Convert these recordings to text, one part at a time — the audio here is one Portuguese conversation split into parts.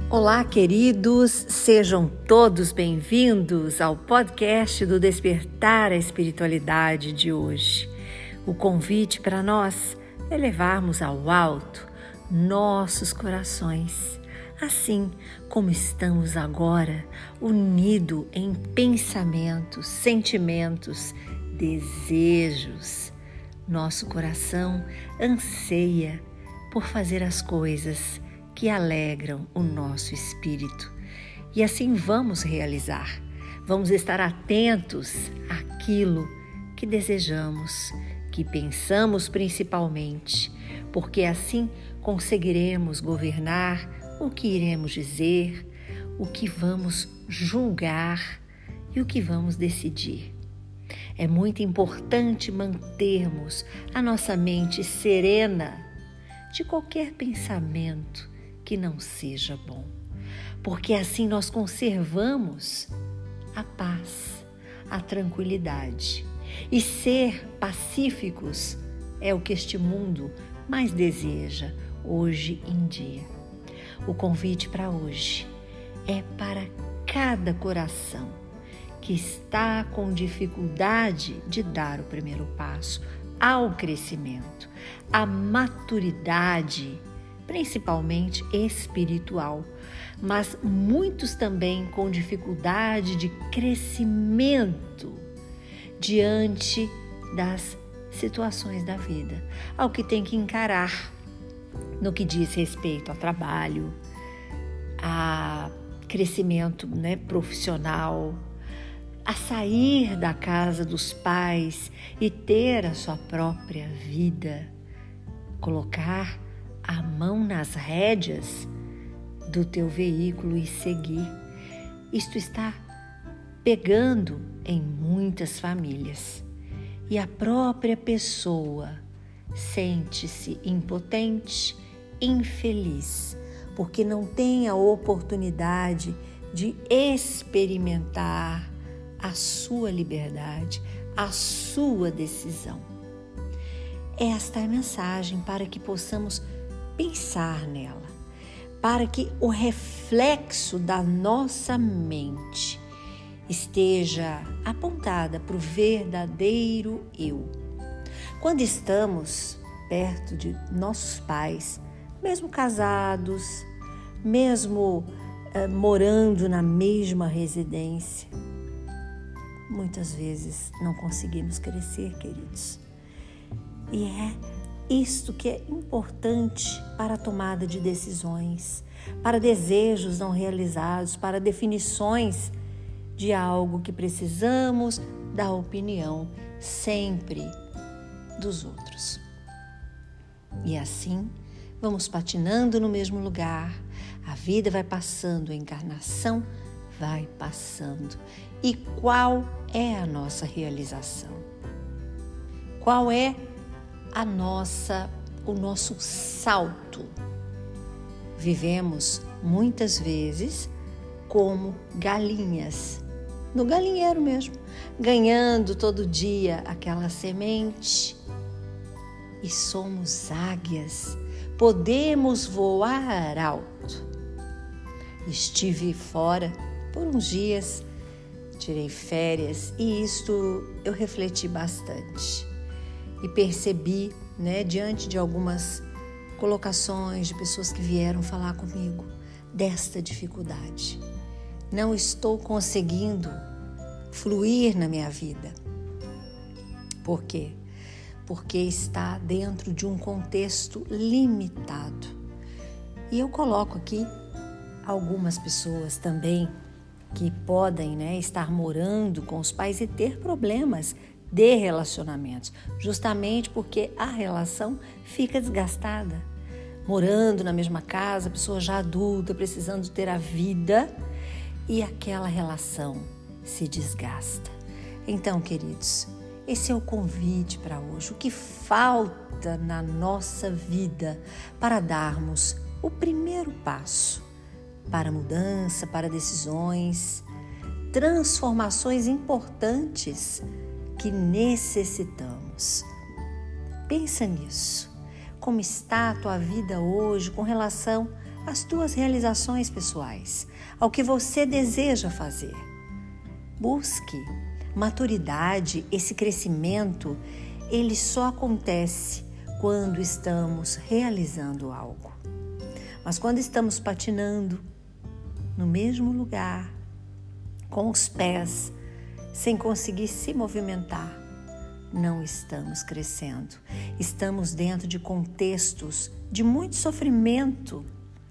Olá, queridos, sejam todos bem-vindos ao podcast do Despertar a Espiritualidade de hoje. O convite para nós é levarmos ao alto nossos corações, assim como estamos agora, unidos em pensamentos, sentimentos, desejos. Nosso coração anseia por fazer as coisas que alegram o nosso espírito. E assim vamos realizar. Vamos estar atentos àquilo que desejamos, que pensamos principalmente, porque assim conseguiremos governar o que iremos dizer, o que vamos julgar e o que vamos decidir. É muito importante mantermos a nossa mente serena de qualquer pensamento que não seja bom, porque assim nós conservamos a paz, a tranquilidade. E ser pacíficos é o que este mundo mais deseja hoje em dia. O convite para hoje é para cada coração que está com dificuldade de dar o primeiro passo ao crescimento, à maturidade, principalmente espiritual, mas muitos também com dificuldade de crescimento diante das situações da vida, ao que tem que encarar no que diz respeito ao trabalho, a crescimento, profissional, a sair da casa dos pais e ter a sua própria vida, colocar a mão nas rédeas do teu veículo e seguir. Isto está pegando em muitas famílias e a própria pessoa sente-se impotente, infeliz, porque não tem a oportunidade de experimentar a sua liberdade, a sua decisão. Esta é a mensagem para que possamos pensar nela, para que o reflexo da nossa mente esteja apontada para o verdadeiro eu. Quando estamos perto de nossos pais, mesmo casados, mesmo morando na mesma residência, muitas vezes não conseguimos crescer, queridos. E é isto que é importante para a tomada de decisões, para desejos não realizados, para definições de algo que precisamos da opinião sempre dos outros. E assim vamos patinando no mesmo lugar, a vida vai passando, a encarnação vai passando. E qual é a nossa realização? Qual é o nosso salto? Vivemos muitas vezes como galinhas, no galinheiro mesmo, ganhando todo dia aquela semente. E somos águias, podemos voar alto. Estive fora por uns dias, tirei férias e isto eu refleti bastante. E percebi, diante de algumas colocações de pessoas que vieram falar comigo desta dificuldade. Não estou conseguindo fluir na minha vida. Por quê? Porque está dentro de um contexto limitado. E eu coloco aqui algumas pessoas também que podem, estar morando com os pais e ter problemas de relacionamentos, justamente porque a relação fica desgastada. Morando na mesma casa, pessoa já adulta, precisando ter a vida, e aquela relação se desgasta. Então, queridos, esse é o convite para hoje. O que falta na nossa vida para darmos o primeiro passo para mudança, para decisões, transformações importantes que necessitamos. Pensa nisso. Como está a tua vida hoje com relação às tuas realizações pessoais, ao que você deseja fazer. Busque maturidade, esse crescimento, ele só acontece quando estamos realizando algo. Mas quando estamos patinando no mesmo lugar, com os pés, sem conseguir se movimentar, não estamos crescendo. Estamos dentro de contextos de muito sofrimento.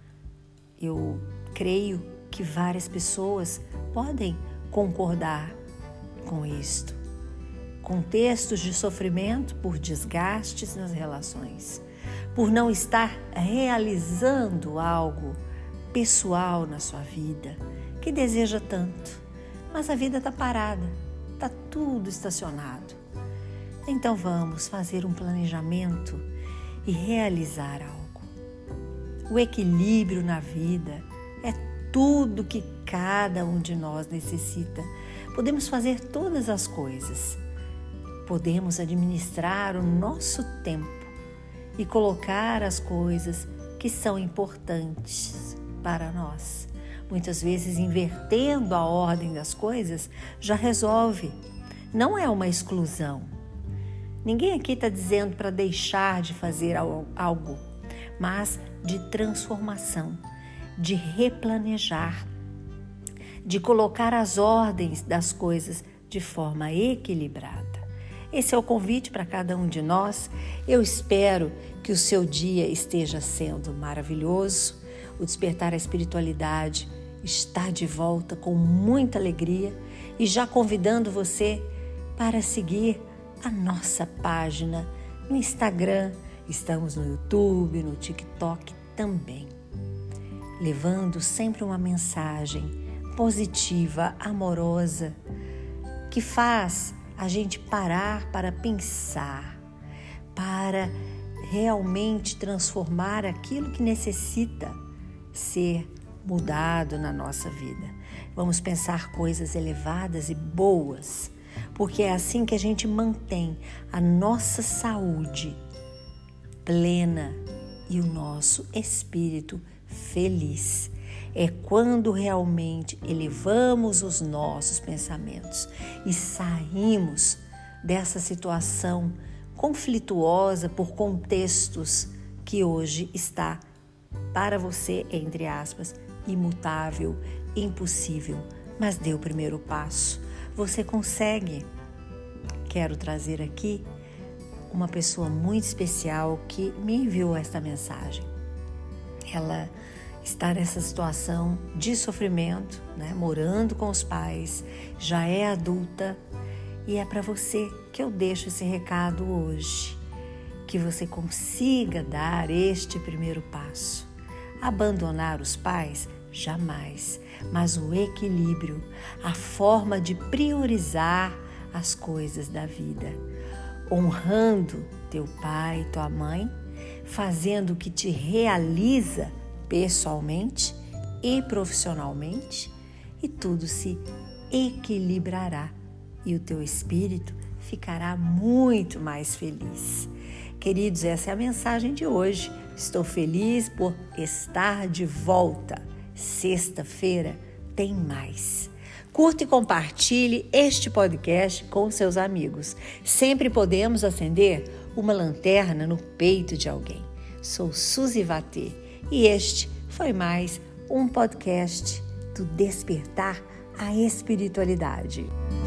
Eu creio que várias pessoas podem concordar com isto. Contextos de sofrimento por desgastes nas relações, por não estar realizando algo pessoal na sua vida, que deseja tanto, mas a vida está parada, está tudo estacionado. Então vamos fazer um planejamento e realizar algo. O equilíbrio na vida é tudo que cada um de nós necessita. Podemos fazer todas as coisas. Podemos administrar o nosso tempo e colocar as coisas que são importantes para nós. Muitas vezes, invertendo a ordem das coisas, já resolve. Não é uma exclusão. Ninguém aqui está dizendo para deixar de fazer algo, mas de transformação, de replanejar, de colocar as ordens das coisas de forma equilibrada. Esse é o convite para cada um de nós. Eu espero que o seu dia esteja sendo maravilhoso. O Despertar a Espiritualidade está de volta com muita alegria e já convidando você para seguir a nossa página no Instagram. Estamos no YouTube, no TikTok também, levando sempre uma mensagem positiva, amorosa, que faz a gente parar para pensar, para realmente transformar aquilo que necessita ser mudado na nossa vida. Vamos pensar coisas elevadas e boas, porque é assim que a gente mantém a nossa saúde plena e o nosso espírito feliz. É quando realmente elevamos os nossos pensamentos e saímos dessa situação conflituosa por contextos que hoje está para você, entre aspas, imutável, impossível, mas dê o primeiro passo. Você consegue. Quero trazer aqui uma pessoa muito especial que me enviou esta mensagem. Ela está nessa situação de sofrimento, morando com os pais, já é adulta, e é para você que eu deixo esse recado hoje, que você consiga dar este primeiro passo. Abandonar os pais? Jamais, mas o equilíbrio, a forma de priorizar as coisas da vida, honrando teu pai, tua mãe, fazendo o que te realiza pessoalmente e profissionalmente, e tudo se equilibrará e o teu espírito ficará muito mais feliz. Queridos, essa é a mensagem de hoje. Estou feliz por estar de volta. Sexta-feira tem mais. Curta e compartilhe este podcast com seus amigos. Sempre podemos acender uma lanterna no peito de alguém. Sou Suzy Vatê e este foi mais um podcast do Despertar a Espiritualidade.